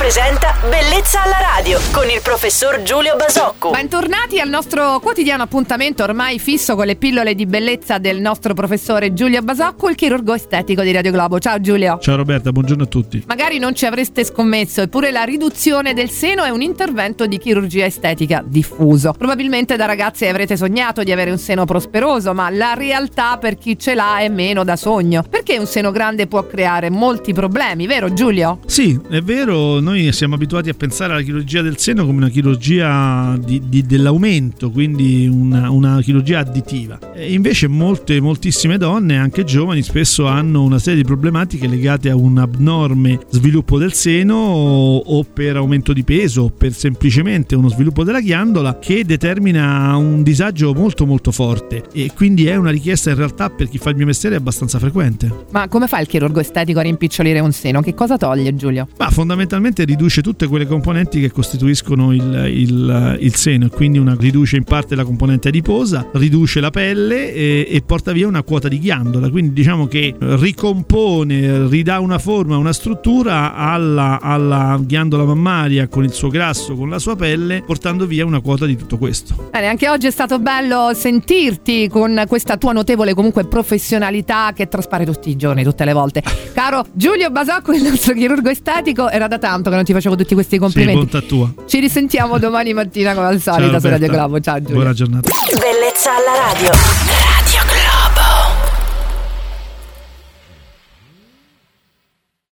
presenta Bellezza alla radio con il professor Giulio Basocco. Bentornati al nostro quotidiano appuntamento ormai fisso con le pillole di bellezza del nostro professore Giulio Basocco, il chirurgo estetico di Radio Globo. Ciao Giulio. Ciao Roberta, buongiorno a tutti. Magari non ci avreste scommesso, eppure la riduzione del seno è un intervento di chirurgia estetica diffuso. Probabilmente da ragazzi avrete sognato di avere un seno prosperoso, ma la realtà per chi ce l'ha è meno da sogno. Perché un seno grande può creare molti problemi, vero Giulio? Sì, è vero, noi siamo abituati a pensare alla chirurgia del seno come una chirurgia dell'aumento, quindi una chirurgia additiva. E invece moltissime donne, anche giovani, spesso hanno una serie di problematiche legate a un abnorme sviluppo del seno o per aumento di peso o per semplicemente uno sviluppo della ghiandola che determina un disagio molto molto forte, e quindi è una richiesta in realtà per chi fa il mio mestiere abbastanza frequente. Ma come fa il chirurgo estetico a rimpicciolire un seno? Che cosa toglie, Giulio? Ma fondamentalmente riduce tutte quelle componenti che costituiscono il seno, e quindi riduce in parte la componente adiposa, riduce la pelle e porta via una quota di ghiandola, quindi diciamo che ricompone, ridà una forma, una struttura alla ghiandola mammaria con il suo grasso, con la sua pelle, portando via una quota di tutto questo. Bene, anche oggi è stato bello sentirti con questa tua notevole comunque professionalità che traspare tutti i giorni, tutte le volte. Caro Giulio Basocco, il nostro chirurgo estetico, era da tanto che non ti facevo tutti questi complimenti. Sì, bontà tua. Ci risentiamo domani mattina come al solito su Radio Globo. Ciao Giulio. Buona giornata. Bellezza alla radio.